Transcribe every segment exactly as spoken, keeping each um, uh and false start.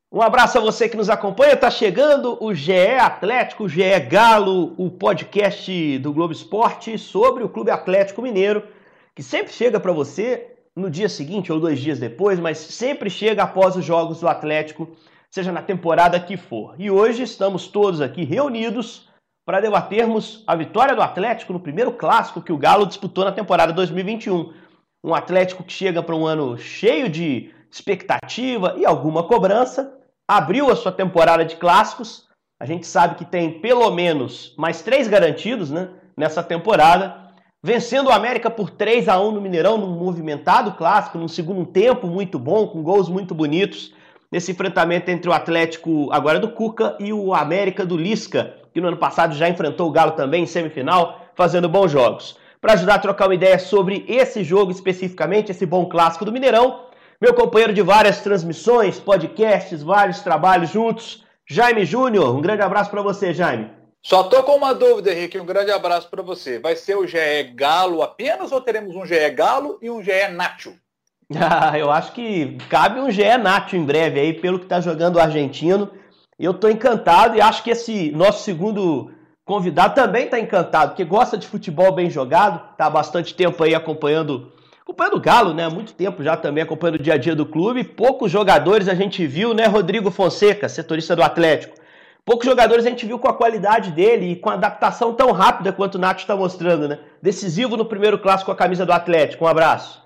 Um abraço a você que nos acompanha. Está chegando o G E Atlético, o G E Galo, o podcast do Globo Esporte sobre o Clube Atlético Mineiro, que sempre chega para você no dia seguinte ou dois dias depois, mas sempre chega após os jogos do Atlético, seja na temporada que for. E hoje estamos todos aqui reunidos para debatermos a vitória do Atlético no primeiro clássico que o Galo disputou na temporada dois mil e vinte e um. Um Atlético que chega para um ano cheio de expectativa e alguma cobrança, abriu a sua temporada de clássicos. A gente sabe que tem pelo menos mais três garantidos, né, nessa temporada, vencendo o América por três a um no Mineirão, num movimentado clássico, num segundo tempo muito bom, com gols muito bonitos, nesse enfrentamento entre o Atlético agora do Cuca e o América do Lisca, que no ano passado já enfrentou o Galo também em semifinal, fazendo bons jogos. Para ajudar a trocar uma ideia sobre esse jogo especificamente, esse bom clássico do Mineirão, meu companheiro de várias transmissões, podcasts, vários trabalhos juntos, Jaime Júnior. Um grande abraço para você, Jaime. Só tô com uma dúvida, Henrique. Um grande abraço para você. Vai ser o G E Galo apenas ou teremos um G E Galo e um G E Nacho? Ah, eu acho que cabe um G E Nacho em breve aí, pelo que está jogando o argentino. Eu estou encantado e acho que esse nosso segundo convidado também está encantado, porque gosta de futebol bem jogado, está há bastante tempo aí acompanhando acompanhando o Galo, né? Há muito tempo já também acompanhando o dia a dia do clube. Poucos jogadores a gente viu, né? Rodrigo Fonseca, setorista do Atlético. Poucos jogadores a gente viu com a qualidade dele e com a adaptação tão rápida quanto o Nacho está mostrando, né? Decisivo no primeiro clássico com a camisa do Atlético. Um abraço.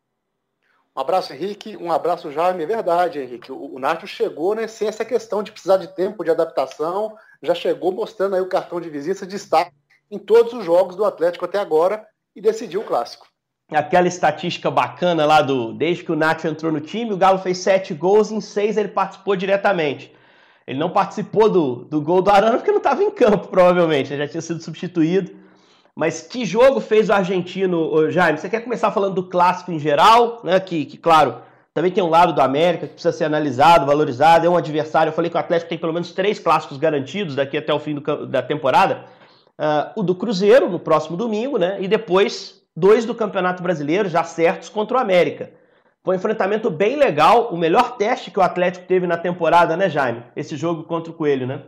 Um abraço, Henrique. Um abraço, Jaime. É verdade, Henrique. O, o Nacho chegou, né, sem essa questão de precisar de tempo de adaptação. Já chegou mostrando aí o cartão de visita, destaque em todos os jogos do Atlético até agora e decidiu o clássico. Aquela estatística bacana lá do... Desde que o Nacho entrou no time, o Galo fez sete gols, em seis ele participou diretamente. Ele não participou do, do gol do Arana porque não estava em campo, provavelmente. Ele já tinha sido substituído. Mas que jogo fez o argentino, Jaime? Você quer começar falando do clássico em geral, né? Que, que, claro, também tem um lado do América que precisa ser analisado, valorizado. É um adversário. Eu falei que o Atlético tem pelo menos três clássicos garantidos daqui até o fim do, da temporada. Uh, o do Cruzeiro, no próximo domingo, né? E depois dois do Campeonato Brasileiro, já certos, contra o América. Foi um enfrentamento bem legal, o melhor teste que o Atlético teve na temporada, né, Jaime? Esse jogo contra o Coelho, né?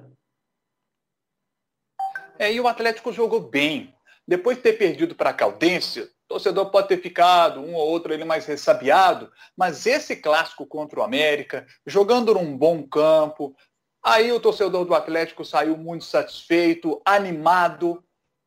É, e o Atlético jogou bem. Depois de ter perdido para a Caldense, o torcedor pode ter ficado um ou outro ele mais ressabiado, mas esse clássico contra o América, jogando num bom campo, aí o torcedor do Atlético saiu muito satisfeito, animado,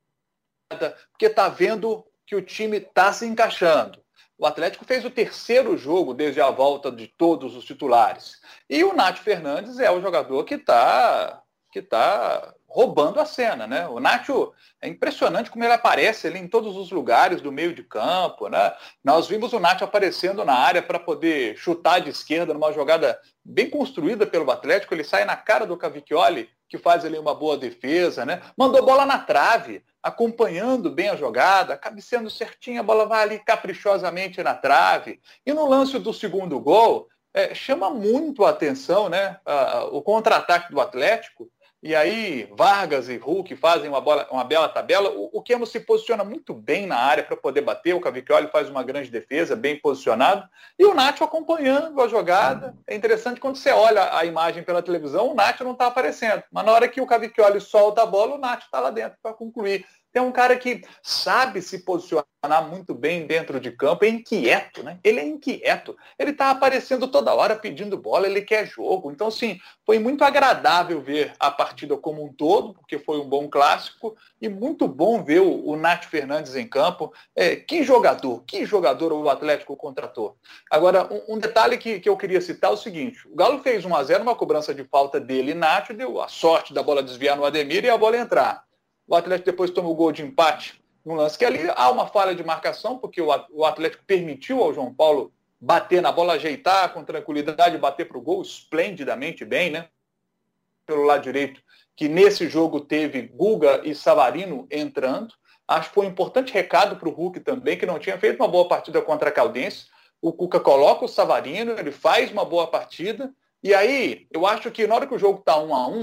porque está vendo que o time está se encaixando. O Atlético fez o terceiro jogo desde a volta de todos os titulares. E o Nacho Fernandes é o jogador que está que tá roubando a cena, né? O Nacho, é impressionante como ele aparece ali em todos os lugares do meio de campo, né? Nós vimos o Nacho aparecendo na área para poder chutar de esquerda numa jogada bem construída pelo Atlético. Ele sai na cara do Cavicchioli, que faz ali uma boa defesa, né? Mandou bola na trave, acompanhando bem a jogada, cabeceando certinho, a bola vai ali caprichosamente na trave. E no lance do segundo gol, é, chama muito a atenção, né? Ah, o contra-ataque do Atlético. E aí Vargas e Hulk fazem uma, bola, uma bela tabela. O, o Keno se posiciona muito bem na área para poder bater. O Cavicchioli faz uma grande defesa, bem posicionado. E o Nacho acompanhando a jogada. É interessante quando você olha a imagem pela televisão, o Nacho não está aparecendo. Mas na hora que o Cavicchioli solta a bola, o Nacho está lá dentro para concluir. Tem um cara que sabe se posicionar muito bem dentro de campo, é inquieto, né? Ele é inquieto. Ele está aparecendo toda hora pedindo bola, ele quer jogo. Então, sim, foi muito agradável ver a partida como um todo, porque foi um bom clássico, e muito bom ver o, o Nacho Fernandes em campo. É, que jogador, que jogador o Atlético contratou. Agora, um, um detalhe que, que eu queria citar é o seguinte: o Galo fez um a zero, uma cobrança de falta dele, Nacho, deu a sorte da bola desviar no Ademir e a bola entrar. O Atlético depois tomou o gol de empate num lance que ali há uma falha de marcação, porque o Atlético permitiu ao João Paulo bater na bola, ajeitar com tranquilidade, bater para o gol esplendidamente bem, né? Pelo lado direito, que nesse jogo teve Guga e Savarino entrando. Acho que foi um importante recado para o Hulk também, que não tinha feito uma boa partida contra a Caldense. O Cuca coloca o Savarino, ele faz uma boa partida. E aí, eu acho que na hora que o jogo está um a um,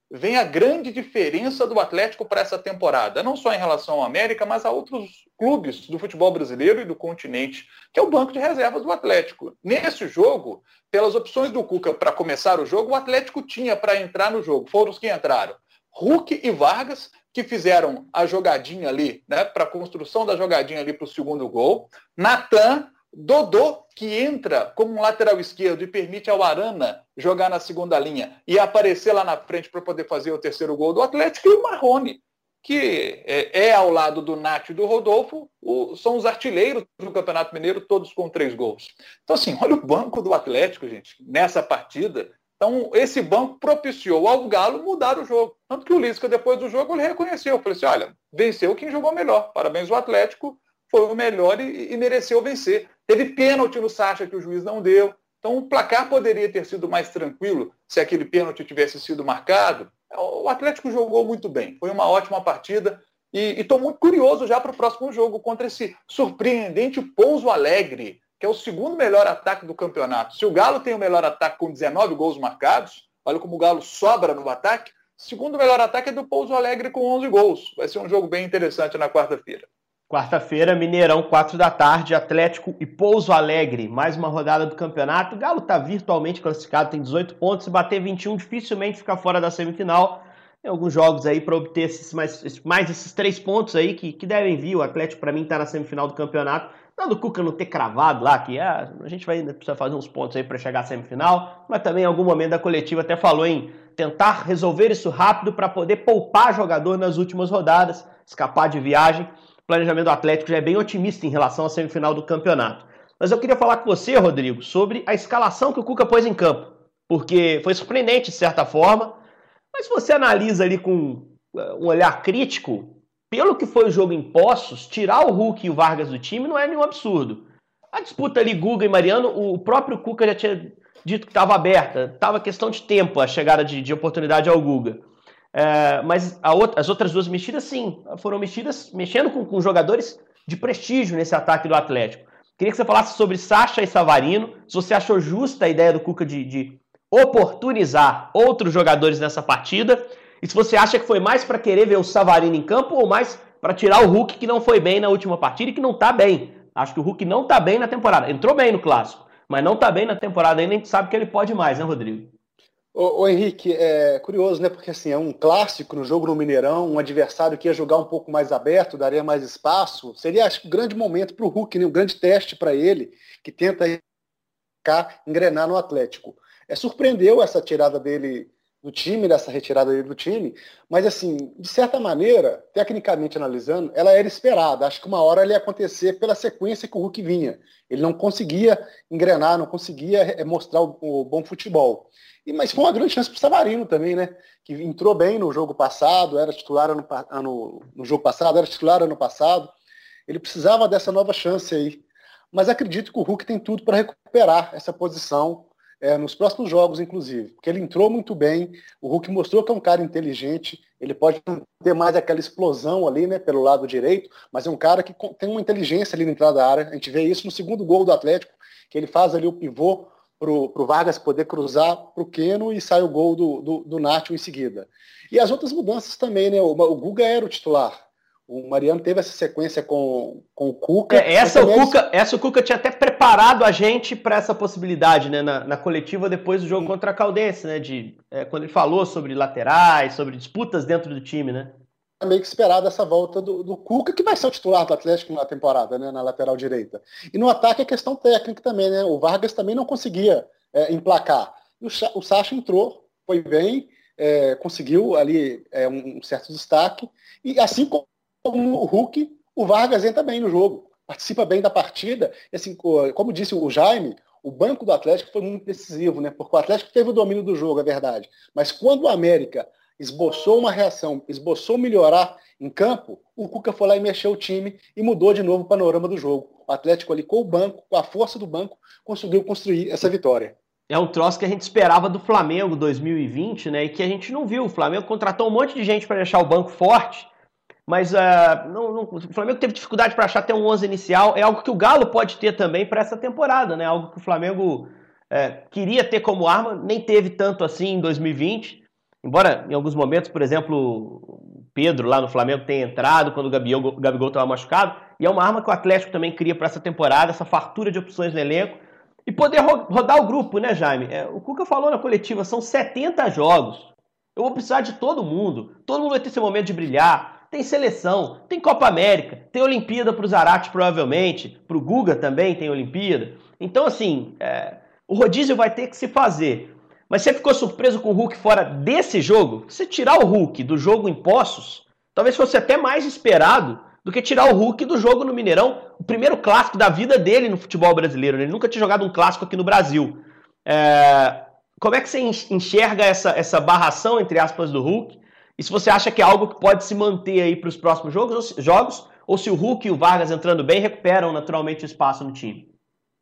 vem a grande diferença do Atlético para essa temporada, não só em relação ao América, mas a outros clubes do futebol brasileiro e do continente, que é o banco de reservas do Atlético. Nesse jogo, pelas opções do Cuca para começar o jogo, o Atlético tinha para entrar no jogo, foram os que entraram. Hulk e Vargas, que fizeram a jogadinha ali, né, para a construção da jogadinha ali para o segundo gol. Natan, Dodô, que entra como um lateral esquerdo e permite ao Arana jogar na segunda linha e aparecer lá na frente para poder fazer o terceiro gol do Atlético, e o Marrone, que é, é ao lado do Nath e do Rodolfo, o, são os artilheiros do Campeonato Mineiro, todos com três gols. Então, assim, olha o banco do Atlético, gente, nessa partida. Então, esse banco propiciou ao Galo mudar o jogo. Tanto que o Lisca, depois do jogo, ele reconheceu. Falei assim, olha, venceu quem jogou melhor. Parabéns, o Atlético foi o melhor e, e mereceu vencer. Teve pênalti no Sacha que o juiz não deu. Então, o placar poderia ter sido mais tranquilo se aquele pênalti tivesse sido marcado. O Atlético jogou muito bem. Foi uma ótima partida. E estou muito curioso já para o próximo jogo contra esse surpreendente Pouso Alegre, que é o segundo melhor ataque do campeonato. Se o Galo tem o melhor ataque com dezenove gols marcados, olha como o Galo sobra no ataque, o segundo melhor ataque é do Pouso Alegre com onze gols. Vai ser um jogo bem interessante na quarta-feira. Quarta-feira, Mineirão, quatro da tarde, Atlético e Pouso Alegre. Mais uma rodada do campeonato. O Galo está virtualmente classificado, tem dezoito pontos. Se bater vinte e um, dificilmente fica fora da semifinal. Tem alguns jogos aí para obter esses, mais, mais esses três pontos aí que, que devem vir. O Atlético, para mim, está na semifinal do campeonato. Não do Cuca não ter cravado lá, que ah, a gente vai ainda precisar fazer uns pontos aí para chegar à semifinal. Mas também, em algum momento da coletiva, até falou em tentar resolver isso rápido para poder poupar jogador nas últimas rodadas, escapar de viagem. O planejamento do Atlético já é bem otimista em relação à semifinal do campeonato. Mas eu queria falar com você, Rodrigo, sobre a escalação que o Cuca pôs em campo. Porque foi surpreendente, de certa forma. Mas se você analisa ali com um olhar crítico, pelo que foi o jogo em Poços, tirar o Hulk e o Vargas do time não é nenhum absurdo. A disputa ali, Guga e Mariano, o próprio Cuca já tinha dito que estava aberta. Estava questão de tempo a chegada de, de oportunidade ao Guga. É, mas a outra, as outras duas mexidas, sim, foram mexidas mexendo com, com jogadores de prestígio nesse ataque do Atlético. Queria que você falasse sobre Sacha e Savarino, se você achou justa a ideia do Cuca de, de oportunizar outros jogadores nessa partida, e se você acha que foi mais para querer ver o Savarino em campo ou mais para tirar o Hulk, que não foi bem na última partida e que não está bem. Acho que o Hulk não está bem na temporada. Entrou bem no Clássico, mas não está bem na temporada ainda, a gente sabe que ele pode mais, né, Rodrigo? Ô, ô Henrique, é curioso, né? Porque assim, é um clássico no jogo no Mineirão, um adversário que ia jogar um pouco mais aberto, daria mais espaço. Seria, acho que, um grande momento para o Hulk, né? Um grande teste para ele, que tenta ficar, engrenar no Atlético. É, surpreendeu essa tirada dele do time, dessa retirada dele do time, mas assim, de certa maneira, tecnicamente analisando, ela era esperada. Acho que uma hora ela ia acontecer pela sequência que o Hulk vinha. Ele não conseguia engrenar, não conseguia mostrar o, o bom futebol. E, mas foi uma grande chance para o Savarino também, né? Que entrou bem no jogo passado, era titular ano, ano, no jogo passado, era titular ano passado. Ele precisava dessa nova chance aí. Mas acredito que o Hulk tem tudo para recuperar essa posição é, nos próximos jogos, inclusive. Porque ele entrou muito bem, o Hulk mostrou que é um cara inteligente, ele pode não ter mais aquela explosão ali, né, pelo lado direito, mas é um cara que tem uma inteligência ali na entrada da área. A gente vê isso no segundo gol do Atlético, que ele faz ali o pivô pro, pro Vargas poder cruzar pro Keno e sai o gol do, do, do Nacho em seguida. E as outras mudanças também, né? O, o Guga era o titular. O Mariano teve essa sequência com, com o Cuca. É, essa, o Cuca essa o Cuca tinha até preparado a gente para essa possibilidade, né? Na, na coletiva depois do jogo contra a Caldense, né? De, é, quando ele falou sobre laterais, sobre disputas dentro do time, né? É meio que esperado essa volta do, do Cuca, que vai ser o titular do Atlético na temporada, né? Na lateral direita. E no ataque é questão técnica também, né? O Vargas também não conseguia é, emplacar. E o, o Sacha entrou, foi bem, é, conseguiu ali é, um, um certo destaque. E assim como Como o Hulk, o Vargas entra bem no jogo, participa bem da partida. E assim, como disse o Jaime, o banco do Atlético foi muito decisivo, né? Porque o Atlético teve o domínio do jogo, é verdade. Mas quando o América esboçou uma reação, esboçou melhorar em campo, o Cuca foi lá e mexeu o time e mudou de novo o panorama do jogo. O Atlético ali com o banco, com a força do banco, conseguiu construir essa vitória. É um troço que a gente esperava do Flamengo dois mil e vinte, né? E que a gente não viu. O Flamengo contratou um monte de gente para deixar o banco forte. Mas uh, não, não, o Flamengo teve dificuldade para achar até um onze inicial. É algo que o Galo pode ter também para essa temporada, né? Algo que o Flamengo uh, queria ter como arma, nem teve tanto assim em dois mil e vinte. Embora em alguns momentos, por exemplo, o Pedro lá no Flamengo tenha entrado quando o Gabigol, o Gabigol estava machucado, e é uma arma que o Atlético também cria para essa temporada, essa fartura de opções no elenco, e poder rodar o grupo, né, Jaime? É, o Cuca falou na coletiva, são setenta jogos. Eu vou precisar de todo mundo. Todo mundo vai ter esse momento de brilhar. Tem seleção, tem Copa América, tem Olimpíada para o Zarate provavelmente, para o Guga também tem Olimpíada. Então, assim, é, o rodízio vai ter que se fazer. Mas você ficou surpreso com o Hulk fora desse jogo? Se tirar o Hulk do jogo em Poços, talvez fosse até mais esperado do que tirar o Hulk do jogo no Mineirão, o primeiro clássico da vida dele no futebol brasileiro. Ele nunca tinha jogado um clássico aqui no Brasil. É... Como é que você enxerga essa, essa barração, entre aspas, do Hulk? E se você acha que é algo que pode se manter aí para os próximos jogos, jogos, ou se o Hulk e o Vargas entrando bem recuperam naturalmente o espaço no time?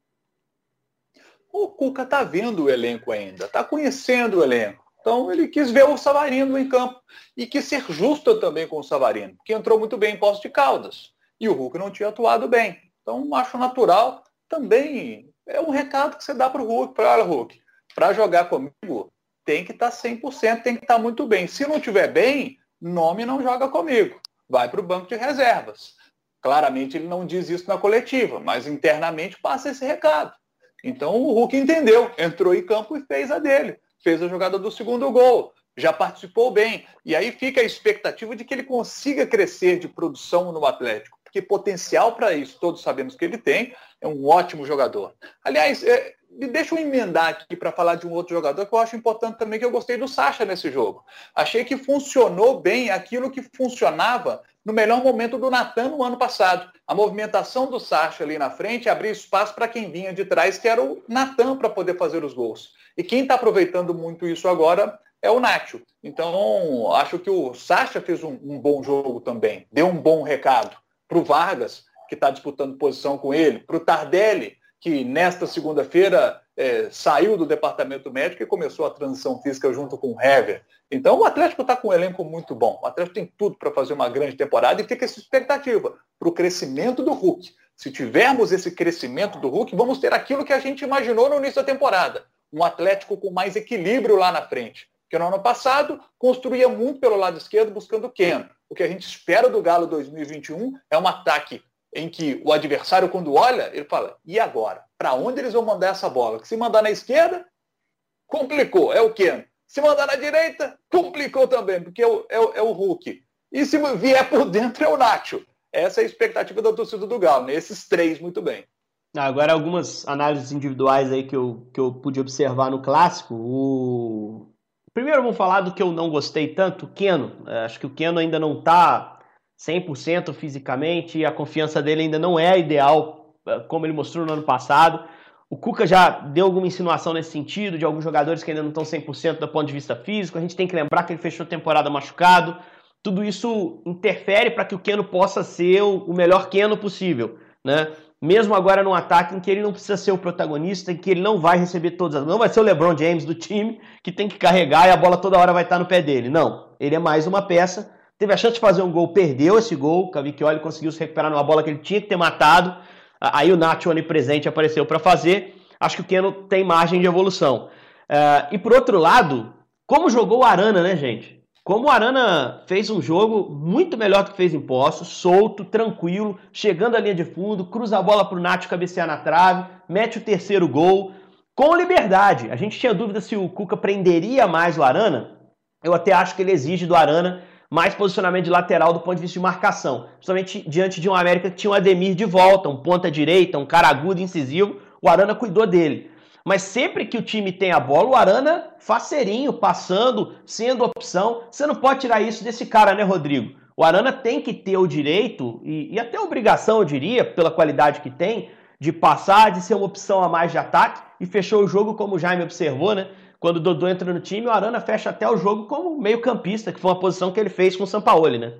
O Cuca está vendo o elenco ainda, está conhecendo o elenco. Então ele quis ver o Savarino em campo e quis ser justo também com o Savarino, que entrou muito bem em Poços de Caldas. E o Hulk não tinha atuado bem. Então acho natural também. É um recado que você dá para o Hulk. Para o Hulk, para jogar comigo, tem que estar cem por cento, tem que estar muito bem. Se não estiver bem, nome não joga comigo. Vai para o banco de reservas. Claramente ele não diz isso na coletiva, mas internamente passa esse recado. Então o Hulk entendeu, entrou em campo e fez a dele. Fez a jogada do segundo gol, já participou bem. E aí fica a expectativa de que ele consiga crescer de produção no Atlético. Porque potencial para isso, todos sabemos que ele tem, é um ótimo jogador. Aliás, é, me deixa eu emendar aqui para falar de um outro jogador que eu acho importante também, que eu gostei do Sacha nesse jogo. Achei que funcionou bem aquilo que funcionava no melhor momento do Natan no ano passado. A movimentação do Sacha ali na frente abria espaço para quem vinha de trás, que era o Natan, para poder fazer os gols. E quem está aproveitando muito isso agora é o Nacho. Então, acho que o Sacha fez um, um bom jogo também. Deu um bom recado para o Vargas, que está disputando posição com ele, para o Tardelli, que nesta segunda-feira é, saiu do departamento médico e começou a transição física junto com o Hever. Então o Atlético está com um elenco muito bom. O Atlético tem tudo para fazer uma grande temporada e fica essa expectativa para o crescimento do Hulk. Se tivermos esse crescimento do Hulk, vamos ter aquilo que a gente imaginou no início da temporada. Um Atlético com mais equilíbrio lá na frente. Porque no ano passado construía muito pelo lado esquerdo buscando o Keno. O que a gente espera do Galo dois mil e vinte e um é um ataque em que o adversário, quando olha, ele fala, e agora? Para onde eles vão mandar essa bola? Que se mandar na esquerda, complicou, é o Keno. Se mandar na direita, complicou também, porque é o, é o, é o Hulk. E se vier por dentro, é o Nacho. Essa é a expectativa da torcida do Galo, né? Esses três, muito bem. Agora, algumas análises individuais aí que eu, que eu pude observar no Clássico. O... Primeiro, vamos falar do que eu não gostei tanto, o Keno. Acho que o Keno ainda não está cem por cento fisicamente, e a confiança dele ainda não é ideal, como ele mostrou no ano passado. O Cuca já deu alguma insinuação nesse sentido, de alguns jogadores que ainda não estão cem por cento do ponto de vista físico. A gente tem que lembrar que ele fechou a temporada machucado. Tudo isso interfere para que o Keno possa ser o melhor Keno possível, né? Mesmo agora num ataque em que ele não precisa ser o protagonista, em que ele não vai receber todas as... Não vai ser o LeBron James do time, que tem que carregar e a bola toda hora vai estar no pé dele. Não, ele é mais uma peça. Teve a chance de fazer um gol, perdeu esse gol. O Cavicchioli conseguiu se recuperar numa bola que ele tinha que ter matado. Aí o Nacho, onipresente, apareceu para fazer. Acho que o Keno tem margem de evolução. Uh, e por outro lado, como jogou o Arana, né, gente? Como o Arana fez um jogo muito melhor do que fez em Poços, solto, tranquilo, chegando à linha de fundo, cruza a bola para o Nacho cabecear na trave, mete o terceiro gol, com liberdade. A gente tinha dúvida se o Cuca prenderia mais o Arana. Eu até acho que ele exige do Arana mais posicionamento de lateral do ponto de vista de marcação. Principalmente diante de um América que tinha um Ademir de volta, um ponta direita, um cara agudo, incisivo. O Arana cuidou dele. Mas sempre que o time tem a bola, o Arana faceirinho, passando, sendo opção. Você não pode tirar isso desse cara, né, Rodrigo? O Arana tem que ter o direito, e, e até a obrigação, eu diria, pela qualidade que tem, de passar, de ser uma opção a mais de ataque. E fechou o jogo, como o Jaime observou, né? Quando o Dodô entra no time, o Arana fecha até o jogo como meio campista, que foi uma posição que ele fez com o Sampaoli, né?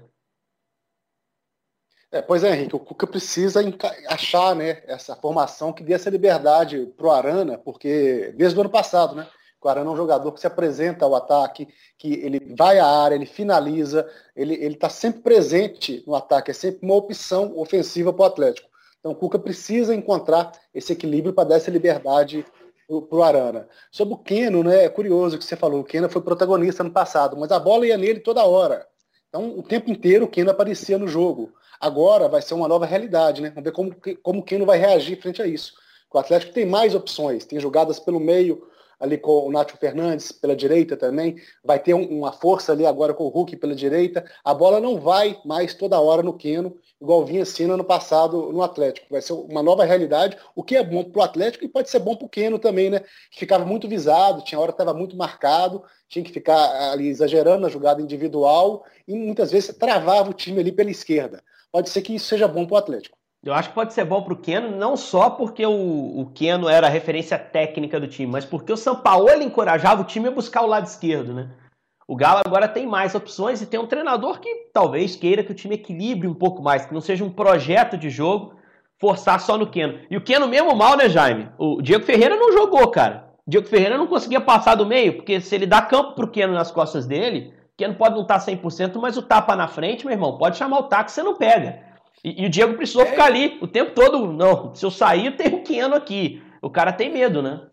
É, pois é, Henrique, o Cuca precisa achar, né, essa formação que dê essa liberdade pro Arana, porque desde o ano passado, né, o Arana é um jogador que se apresenta ao ataque, que ele vai à área, ele finaliza, ele está sempre presente no ataque, é sempre uma opção ofensiva para o Atlético. Então o Cuca precisa encontrar esse equilíbrio para dar essa liberdade pro Arana. Sobre o Keno, né, é curioso o que você falou, o Keno foi protagonista no passado, mas a bola ia nele toda hora. Então, o tempo inteiro o Keno aparecia no jogo. Agora vai ser uma nova realidade, né? Vamos ver como, como o Keno vai reagir frente a isso. O Atlético tem mais opções, tem jogadas pelo meio, ali com o Nacho Fernandes pela direita também, vai ter um, uma força ali agora com o Hulk pela direita, a bola não vai mais toda hora no Keno, igual vinha sendo no passado no Atlético, vai ser uma nova realidade, o que é bom para o Atlético e pode ser bom para o Keno também, né, que ficava muito visado, tinha hora que estava muito marcado, tinha que ficar ali exagerando na jogada individual e muitas vezes travava o time ali pela esquerda, pode ser que isso seja bom para o Atlético. Eu acho que pode ser bom para o Keno, não só porque o, o Keno era a referência técnica do time, mas porque o Sampaoli encorajava o time a buscar o lado esquerdo, né? O Galo agora tem mais opções e tem um treinador que talvez queira que o time equilibre um pouco mais, que não seja um projeto de jogo forçar só no Keno. E o Keno mesmo mal, né, Jaime? O Diego Ferreira não jogou, cara. O Diego Ferreira não conseguia passar do meio, porque se ele dá campo pro Keno nas costas dele, o Keno pode não estar cem por cento, mas o tapa na frente, meu irmão, pode chamar o táxi, você não pega. E, e o Diego precisou é. ficar ali o tempo todo. Não, se eu sair, eu tenho o Keno aqui. O cara tem medo, né?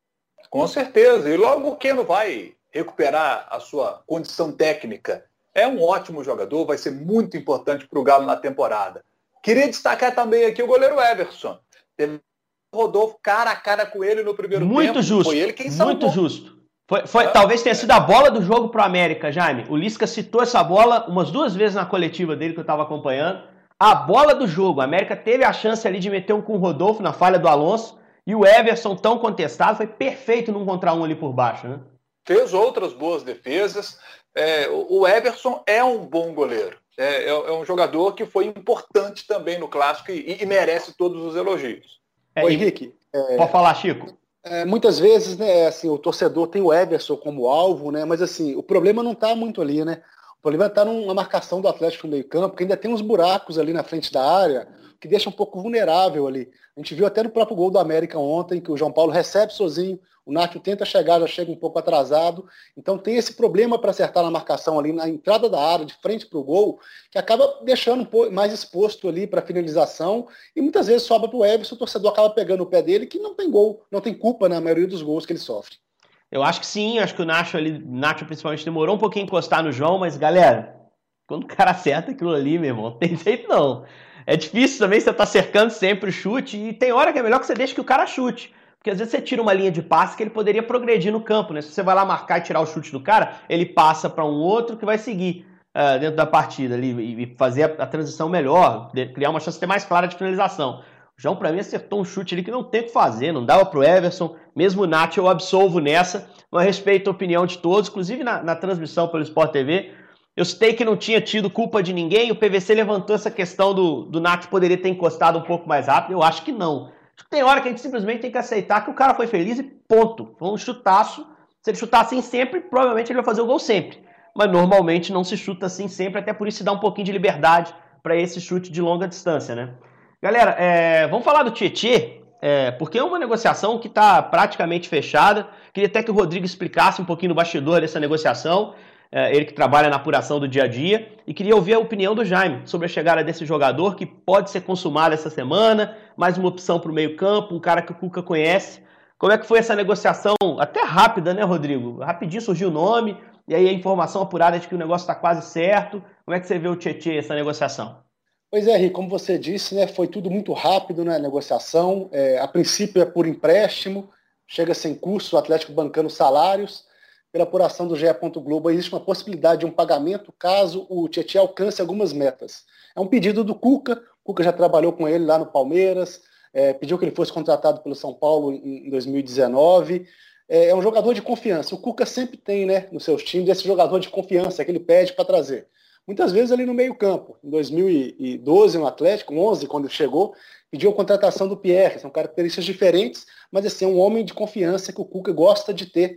Com certeza. E logo o Keno vai recuperar a sua condição técnica. É um ótimo jogador, vai ser muito importante para o Galo na temporada. Queria destacar também aqui o goleiro Everson. Teve o Rodolfo cara a cara com ele no primeiro muito tempo. Justo, foi ele quem salvou. Muito justo. Foi, foi, é. Talvez tenha sido a bola do jogo pro América, Jaime. O Lisca citou essa bola umas duas vezes na coletiva dele que eu estava acompanhando. A bola do jogo. A América teve a chance ali de meter um com o Rodolfo na falha do Alonso. E o Everson, tão contestado, foi perfeito num contra um ali por baixo, né? Fez outras boas defesas. É, o Everson é um bom goleiro. É, é, é um jogador que foi importante também no Clássico e, e merece todos os elogios. É, Ô, Henrique. É, pode falar, Chico? É, muitas vezes, né, assim, o torcedor tem o Everson como alvo, né? Mas assim, o problema não está muito ali, né? O problema está numa marcação do Atlético no meio campo, que ainda tem uns buracos ali na frente da área, que deixa um pouco vulnerável ali. A gente viu até no próprio gol do América ontem, que o João Paulo recebe sozinho, o Nacho tenta chegar, já chega um pouco atrasado. Então tem esse problema para acertar na marcação ali, na entrada da área, de frente para o gol, que acaba deixando um pouco mais exposto ali para finalização, e muitas vezes sobra para o Everson, o torcedor acaba pegando o pé dele, que não tem gol, não tem culpa na maioria dos gols que ele sofre. Eu acho que sim, acho que o Nacho ali, Nacho principalmente demorou um pouquinho a encostar no João, mas galera, quando o cara acerta aquilo ali, meu irmão, não tem jeito não. É difícil também você estar tá cercando sempre o chute e tem hora que é melhor que você deixe que o cara chute. Porque às vezes você tira uma linha de passe que ele poderia progredir no campo, né? Se você vai lá marcar e tirar o chute do cara, ele passa para um outro que vai seguir uh, dentro da partida ali e fazer a, a transição melhor, criar uma chance até mais clara de finalização. O João, para mim, acertou um chute ali que não tem o que fazer, não dava pro Everson, mesmo o Nath eu absolvo nessa, mas respeito a opinião de todos, inclusive na, na transmissão pelo Sport T V, eu citei que não tinha tido culpa de ninguém, o P V C levantou essa questão do, do Nath poderia ter encostado um pouco mais rápido, eu acho que não. Acho que tem hora que a gente simplesmente tem que aceitar que o cara foi feliz e ponto, foi um chutaço, se ele chutar assim sempre, provavelmente ele vai fazer o gol sempre, mas normalmente não se chuta assim sempre, até por isso se dá um pouquinho de liberdade para esse chute de longa distância, né? Galera, é, vamos falar do Tietê, é, porque é uma negociação que está praticamente fechada. Queria até que o Rodrigo explicasse um pouquinho do bastidor dessa negociação, é, ele que trabalha na apuração do dia a dia, e queria ouvir a opinião do Jaime sobre a chegada desse jogador que pode ser consumado essa semana, mais uma opção para o meio campo, um cara que o Cuca conhece. Como é que foi essa negociação? Até rápida, né, Rodrigo? Rapidinho surgiu o nome, e aí a informação apurada de que o negócio está quase certo. Como é que você vê o Tietê, essa negociação? Pois é, Henrique, como você disse, né, foi tudo muito rápido na negociação. É, a princípio é por empréstimo, chega sem custo, o Atlético bancando salários. Pela apuração do G E. Globo, existe uma possibilidade de um pagamento caso o Tietê alcance algumas metas. É um pedido do Cuca, o Cuca já trabalhou com ele lá no Palmeiras, é, pediu que ele fosse contratado pelo São Paulo em, em dois mil e dezenove. É, é um jogador de confiança. O Cuca sempre tem, né, nos seus times esse jogador de confiança que ele pede para trazer. Muitas vezes ali no meio campo. Em dois mil e doze, no Atlético, onze, quando ele chegou, pediu a contratação do Pierre. São características diferentes, mas assim, é um homem de confiança que o Cuca gosta de ter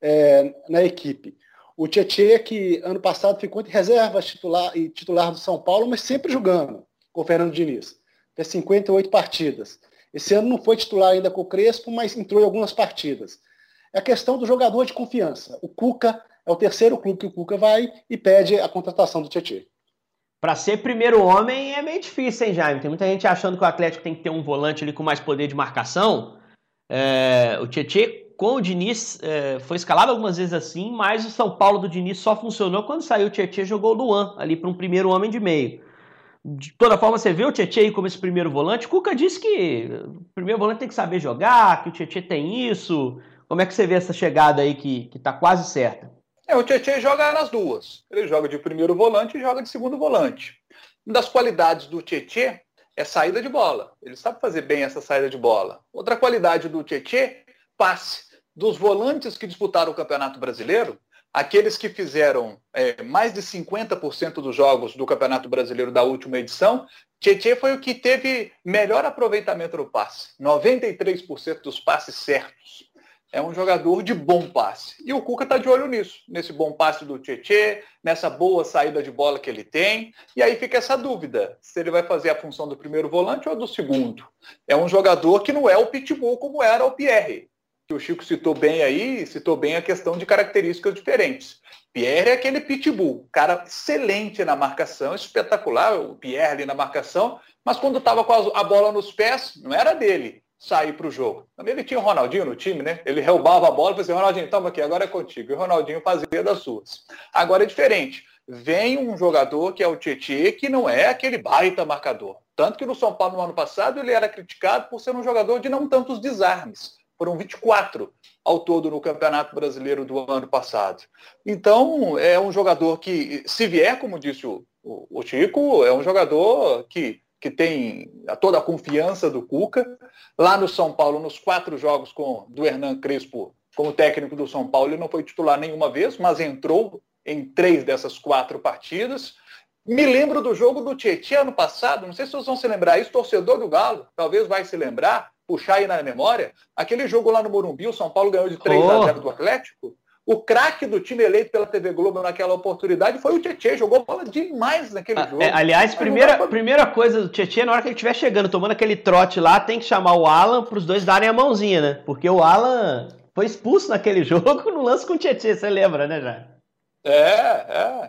é, na equipe. O Tietê, que ano passado ficou entre reservas titular e titular do São Paulo, mas sempre jogando com o Fernando Diniz. Fez cinquenta e oito partidas. Esse ano não foi titular ainda com o Crespo, mas entrou em algumas partidas. É a questão do jogador de confiança. O Cuca é o terceiro clube que o Cuca vai e pede a contratação do Tietê. Para ser primeiro homem é meio difícil, hein, Jaime? Tem muita gente achando que o Atlético tem que ter um volante ali com mais poder de marcação. É, o Tietê com o Diniz é, foi escalado algumas vezes assim, mas o São Paulo do Diniz só funcionou quando saiu o Tietê, jogou o Luan ali para um primeiro homem de meio. De toda forma, você vê o Tietê aí como esse primeiro volante. O Cuca disse que o primeiro volante tem que saber jogar, que o Tietê tem isso. Como é que você vê essa chegada aí que, que tá quase certa? É, o Tietê joga nas duas. Ele joga de primeiro volante e joga de segundo volante. Uma das qualidades do Tietê é saída de bola. Ele sabe fazer bem essa saída de bola. Outra qualidade do Tietê, passe. Dos volantes que disputaram o Campeonato Brasileiro, aqueles que fizeram é, mais de cinquenta por cento dos jogos do Campeonato Brasileiro da última edição, Tietê foi o que teve melhor aproveitamento no passe. noventa e três por cento dos passes certos. É um jogador de bom passe. E o Cuca está de olho nisso, nesse bom passe do Tietê, nessa boa saída de bola que ele tem. E aí fica essa dúvida, se ele vai fazer a função do primeiro volante ou do segundo. É um jogador que não é o Pitbull como era o Pierre, que o Chico citou bem aí, citou bem a questão de características diferentes. Pierre é aquele pitbull, cara excelente na marcação, espetacular, o Pierre ali na marcação, mas quando estava com a bola nos pés, não era dele sair para o jogo. Também ele tinha o Ronaldinho no time, né? Ele roubava a bola e falava assim, Ronaldinho, toma aqui, agora é contigo. E o Ronaldinho fazia das suas. Agora é diferente. Vem um jogador que é o Tietê, que não é aquele baita marcador. Tanto que no São Paulo, no ano passado, ele era criticado por ser um jogador de não tantos desarmes. Foram vinte e quatro ao todo no Campeonato Brasileiro do ano passado. Então, é um jogador que, se vier, como disse o, o, o Chico, é um jogador que, que tem toda a confiança do Cuca. Lá no São Paulo, nos quatro jogos com, do Hernan Crespo como técnico do São Paulo, ele não foi titular nenhuma vez, mas entrou em três dessas quatro partidas. Me lembro do jogo do Tietê ano passado, não sei se vocês vão se lembrar isso, torcedor do Galo, talvez vai se lembrar, puxar aí na memória, aquele jogo lá no Morumbi, o São Paulo ganhou de três a zero do Atlético, o craque do time eleito pela T V Globo naquela oportunidade foi o Tietê, jogou bola demais naquele ah, jogo. É, aliás, primeira, pra... primeira coisa do Tietê, na hora que ele estiver chegando, tomando aquele trote lá, tem que chamar o Alan para os dois darem a mãozinha, né? Porque o Alan foi expulso naquele jogo no lance com o Tietê, você lembra, né, já? É, é.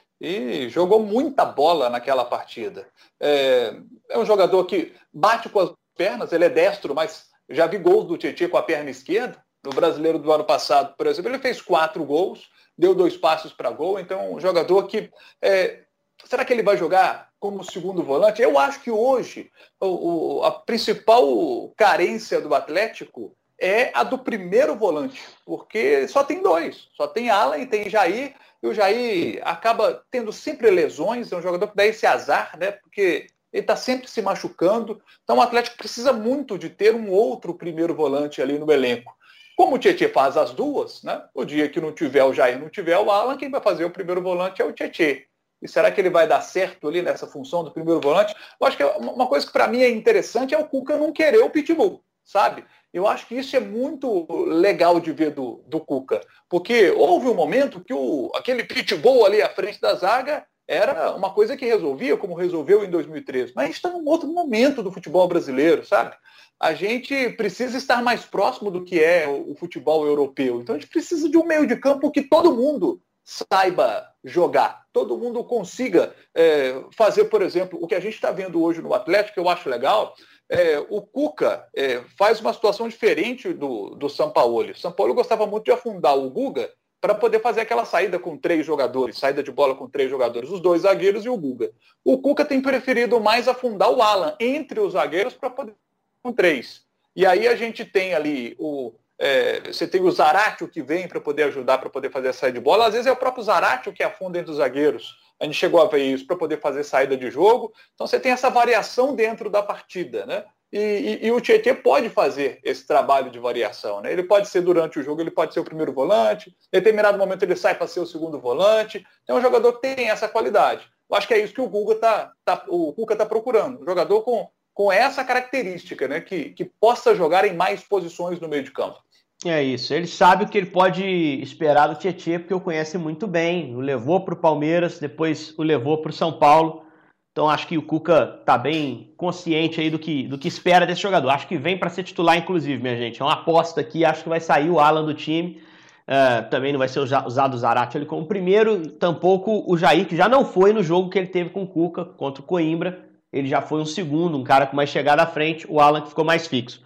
E jogou muita bola naquela partida. É, é um jogador que bate com as pernas, ele é destro, mas já vi gols do Tietê com a perna esquerda. No Brasileiro do ano passado, por exemplo, ele fez quatro gols, deu dois passos para gol, então um jogador que... É, será que ele vai jogar como segundo volante? Eu acho que hoje o, o, a principal carência do Atlético é a do primeiro volante, porque só tem dois, só tem Alan e tem Jair, e o Jair acaba tendo sempre lesões, é um jogador que dá esse azar, né? Porque ele está sempre se machucando, então o Atlético precisa muito de ter um outro primeiro volante ali no elenco. Como o Tietê faz as duas, né? O dia que não tiver o Jair, não tiver o Alan, quem vai fazer o primeiro volante é o Tietê. E será que ele vai dar certo ali nessa função do primeiro volante? Eu acho que uma coisa que para mim é interessante é o Cuca não querer o Pitbull, sabe? Eu acho que isso é muito legal de ver do, do Cuca, porque houve um momento que o, aquele Pitbull ali à frente da zaga era uma coisa que resolvia, como resolveu em dois mil e treze. Mas a gente está num outro momento do futebol brasileiro, sabe? A gente precisa estar mais próximo do que é o futebol europeu. Então a gente precisa de um meio de campo que todo mundo saiba jogar, todo mundo consiga é, fazer, por exemplo, o que a gente está vendo hoje no Atlético, que eu acho legal. É, o Cuca é, faz uma situação diferente do, do Sampaoli. O Sampaoli gostava muito de afundar o Guga para poder fazer aquela saída com três jogadores, saída de bola com três jogadores, os dois zagueiros e o Guga. O Cuca tem preferido mais afundar o Alan entre os zagueiros para poder com três. E aí a gente tem ali o é, você tem o Zaratio que vem para poder ajudar, para poder fazer a saída de bola. Às vezes é o próprio Zaratio que afunda entre os zagueiros. A gente chegou a ver isso para poder fazer saída de jogo. Então você tem essa variação dentro da partida, né? E, e, e o Tietê pode fazer esse trabalho de variação, né? Ele pode ser durante o jogo, ele pode ser o primeiro volante, em determinado momento ele sai para ser o segundo volante. É um jogador que tem essa qualidade. Eu acho que é isso que o Guga tá, tá, o Cuca está procurando. Um jogador com, com essa característica, né? Que, que possa jogar em mais posições no meio de campo. É isso, ele sabe o que ele pode esperar do Tietê, porque o conhece muito bem, o levou para o Palmeiras, depois o levou para o São Paulo, então acho que o Cuca está bem consciente aí do que, do que espera desse jogador, acho que vem para ser titular inclusive, minha gente, é uma aposta aqui, acho que vai sair o Alan do time, uh, também não vai ser usado o Zaratio ele como primeiro, tampouco o Jair, que já não foi no jogo que ele teve com o Cuca contra o Coimbra, ele já foi um segundo, um cara com mais chegada à frente, o Alan que ficou mais fixo.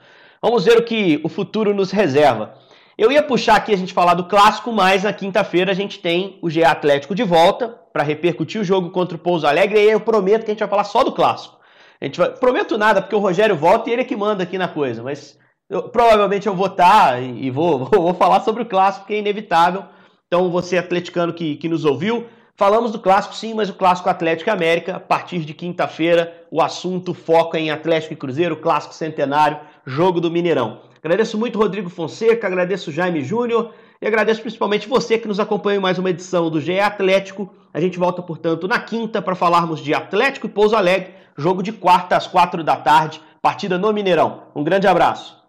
Vamos ver o que o futuro nos reserva. Eu ia puxar aqui a gente falar do clássico, mas na quinta-feira a gente tem o G E Atlético de volta para repercutir o jogo contra o Pouso Alegre, e aí eu prometo que a gente vai falar só do clássico. A gente vai... Prometo nada, porque o Rogério volta e ele é que manda aqui na coisa, mas eu, provavelmente eu vou estar e, e vou, vou falar sobre o clássico, que é inevitável. Então você atleticano que, que nos ouviu, falamos do clássico sim, mas o clássico Atlético e América, a partir de quinta-feira, o assunto foca em Atlético e Cruzeiro, clássico centenário, jogo do Mineirão. Agradeço muito Rodrigo Fonseca, agradeço Jaime Júnior e agradeço principalmente você que nos acompanha em mais uma edição do G E Atlético. A gente volta, portanto, na quinta para falarmos de Atlético e Pouso Alegre, jogo de quarta às quatro da tarde, partida no Mineirão. Um grande abraço.